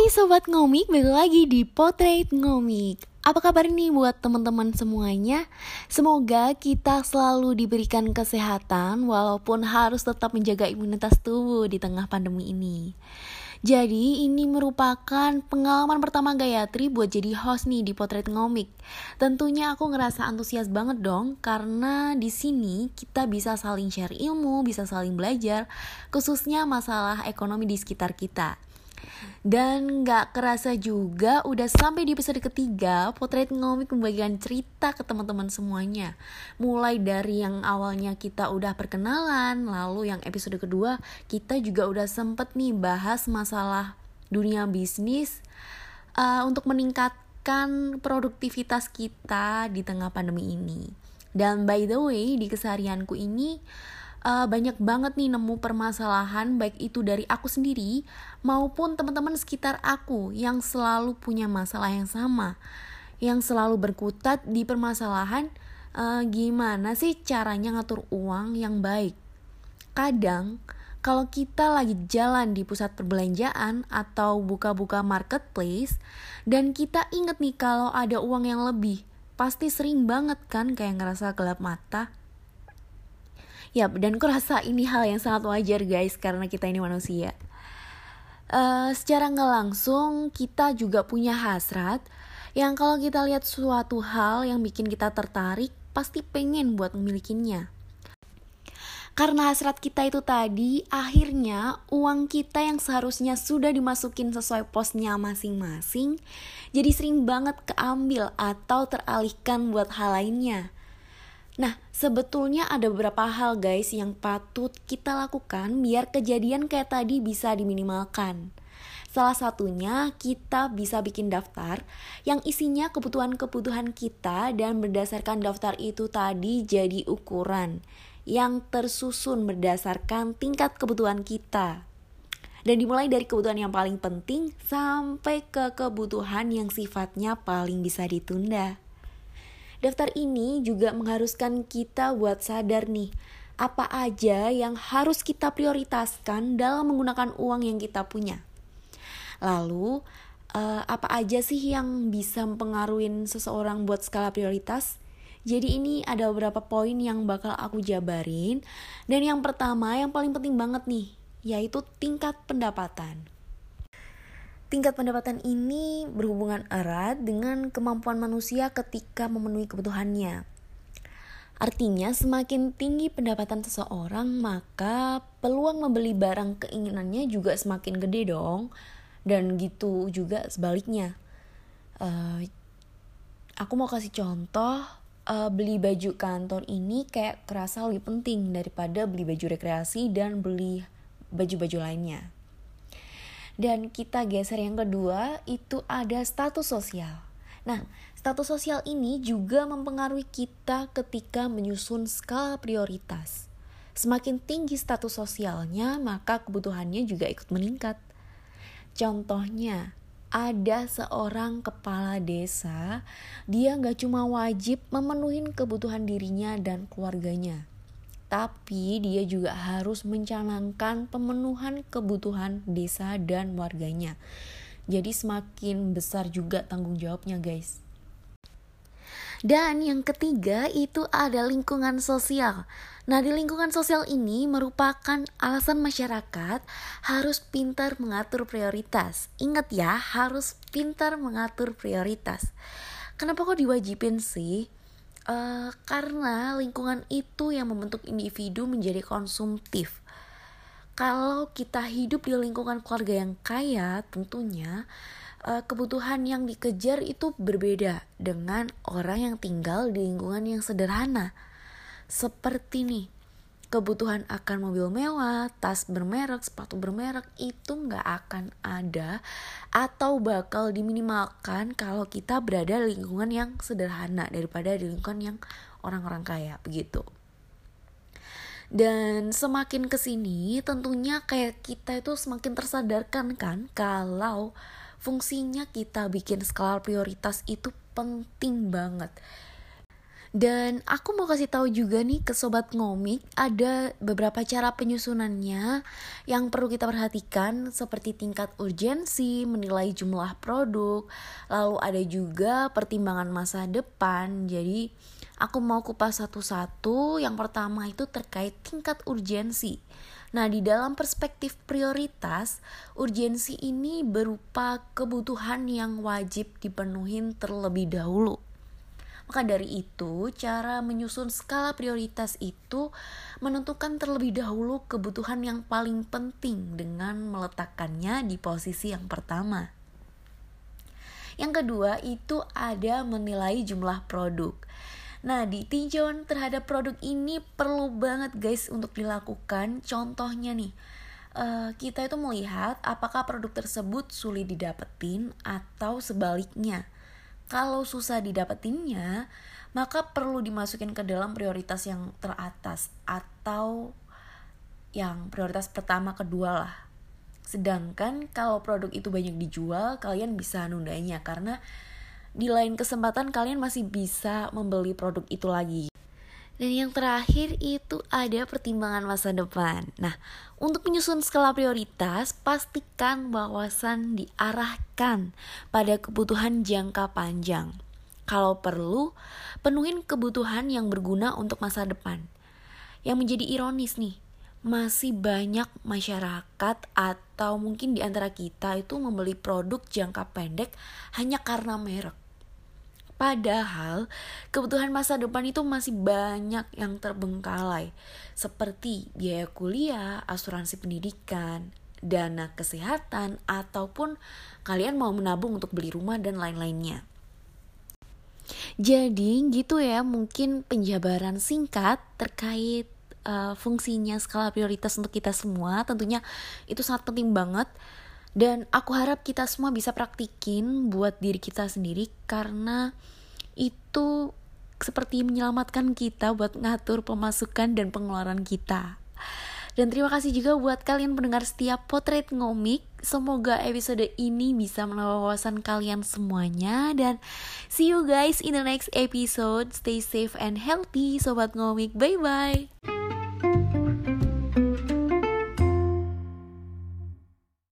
Hai Sobat Ngomik, balik lagi di Potret Ngomik. Apa kabar nih buat teman-teman semuanya? Semoga kita selalu diberikan kesehatan walaupun harus tetap menjaga imunitas tubuh di tengah pandemi ini. Jadi ini merupakan pengalaman pertama Gayatri buat jadi host nih di Potret Ngomik. Tentunya aku ngerasa antusias banget dong karena di sini kita bisa saling share ilmu, bisa saling belajar, khususnya masalah ekonomi di sekitar kita. Dan gak kerasa juga udah sampai di episode ketiga Potret Ngomik membagikan cerita ke teman-teman semuanya. Mulai dari yang awalnya kita udah perkenalan, lalu yang episode kedua kita juga udah sempet nih bahas masalah dunia bisnis untuk meningkatkan produktivitas kita di tengah pandemi ini. Dan by the way, di keseharianku ini banyak banget nih nemu permasalahan, baik itu dari aku sendiri maupun teman-teman sekitar aku yang selalu punya masalah yang sama, yang selalu berkutat di permasalahan gimana sih caranya ngatur uang yang baik. Kadang kalau kita lagi jalan di pusat perbelanjaan atau buka-buka marketplace dan kita inget nih kalau ada uang yang lebih, pasti sering banget kan kayak ngerasa gelap mata. Yap, dan aku rasa ini hal yang sangat wajar guys, karena kita ini manusia. Secara nggak langsung, kita juga punya hasrat yang kalau kita lihat suatu hal yang bikin kita tertarik, pasti pengen buat memilikinya. Karena hasrat kita itu tadi, akhirnya uang kita yang seharusnya sudah dimasukin sesuai posnya masing-masing, jadi sering banget keambil atau teralihkan buat hal lainnya. Nah, sebetulnya ada beberapa hal guys yang patut kita lakukan biar kejadian kayak tadi bisa diminimalkan. Salah satunya kita bisa bikin daftar yang isinya kebutuhan-kebutuhan kita dan berdasarkan daftar itu tadi jadi ukuran yang tersusun berdasarkan tingkat kebutuhan kita. Dan dimulai dari kebutuhan yang paling penting sampai ke kebutuhan yang sifatnya paling bisa ditunda. Daftar ini juga mengharuskan kita buat sadar nih, apa aja yang harus kita prioritaskan dalam menggunakan uang yang kita punya. Lalu, apa aja sih yang bisa mempengaruhi seseorang buat skala prioritas? Jadi ini ada beberapa poin yang bakal aku jabarin. Dan yang pertama, yang paling penting banget nih, yaitu tingkat pendapatan. Tingkat pendapatan ini berhubungan erat dengan kemampuan manusia ketika memenuhi kebutuhannya. Artinya semakin tinggi pendapatan seseorang, maka peluang membeli barang keinginannya juga semakin gede dong. Dan gitu juga sebaliknya. Aku mau kasih contoh, beli baju kantor ini kayak kerasa lebih penting daripada beli baju rekreasi dan beli baju-baju lainnya. Dan kita geser yang kedua, itu ada status sosial. Nah, status sosial ini juga mempengaruhi kita ketika menyusun skala prioritas. Semakin tinggi status sosialnya, maka kebutuhannya juga ikut meningkat. Contohnya, ada seorang kepala desa, dia gak cuma wajib memenuhi kebutuhan dirinya dan keluarganya, tapi dia juga harus mencanangkan pemenuhan kebutuhan desa dan warganya. Jadi semakin besar juga tanggung jawabnya guys. Dan yang ketiga itu ada lingkungan sosial. Nah, di lingkungan sosial ini merupakan alasan masyarakat harus pintar mengatur prioritas. Ingat ya, harus pintar mengatur prioritas. Kenapa kok diwajibin sih? Karena lingkungan itu yang membentuk individu menjadi konsumtif. Kalau kita hidup di lingkungan keluarga yang kaya, tentunya kebutuhan yang dikejar itu berbeda dengan orang yang tinggal di lingkungan yang sederhana. Seperti nih, kebutuhan akan mobil mewah, tas bermerek, sepatu bermerek itu gak akan ada atau bakal diminimalkan kalau kita berada di lingkungan yang sederhana daripada di lingkungan yang orang-orang kaya, begitu. Dan semakin kesini tentunya kayak kita itu semakin tersadarkan kan kalau fungsinya kita bikin skala prioritas itu penting banget. Dan aku mau kasih tahu juga nih ke Sobat Ngomik, ada beberapa cara penyusunannya yang perlu kita perhatikan seperti tingkat urgensi, menilai jumlah produk, lalu ada juga pertimbangan masa depan. Jadi aku mau kupas satu-satu. Yang pertama itu terkait tingkat urgensi. Nah, di dalam perspektif prioritas, urgensi ini berupa kebutuhan yang wajib dipenuhi terlebih dahulu. Maka dari itu, cara menyusun skala prioritas itu menentukan terlebih dahulu kebutuhan yang paling penting dengan meletakkannya di posisi yang pertama. Yang kedua itu ada menilai jumlah produk. Nah, di tinjauan terhadap produk ini perlu banget guys untuk dilakukan. Contohnya nih, kita itu melihat apakah produk tersebut sulit didapetin atau sebaliknya. Kalau susah didapetinnya, maka perlu dimasukin ke dalam prioritas yang teratas atau yang prioritas pertama kedua lah. Sedangkan kalau produk itu banyak dijual, kalian bisa nundanya karena di lain kesempatan kalian masih bisa membeli produk itu lagi. Dan yang terakhir itu ada pertimbangan masa depan. Nah, untuk menyusun skala prioritas, pastikan wawasan diarahkan pada kebutuhan jangka panjang. Kalau perlu, penuhin kebutuhan yang berguna untuk masa depan. Yang menjadi ironis nih, masih banyak masyarakat atau mungkin di antara kita itu membeli produk jangka pendek hanya karena merek. Padahal kebutuhan masa depan itu masih banyak yang terbengkalai, seperti biaya kuliah, asuransi pendidikan, dana kesehatan, ataupun kalian mau menabung untuk beli rumah dan lain-lainnya. Jadi gitu ya, mungkin penjabaran singkat terkait fungsinya skala prioritas untuk kita semua. Tentunya itu sangat penting banget. Dan aku harap kita semua bisa praktikin buat diri kita sendiri, karena itu seperti menyelamatkan kita buat ngatur pemasukan dan pengeluaran kita. Dan terima kasih juga buat kalian pendengar setiap Potret Ngomik. Semoga episode ini bisa menambah wawasan kalian semuanya. Dan see you guys in the next episode. Stay safe and healthy Sobat Ngomik. Bye bye.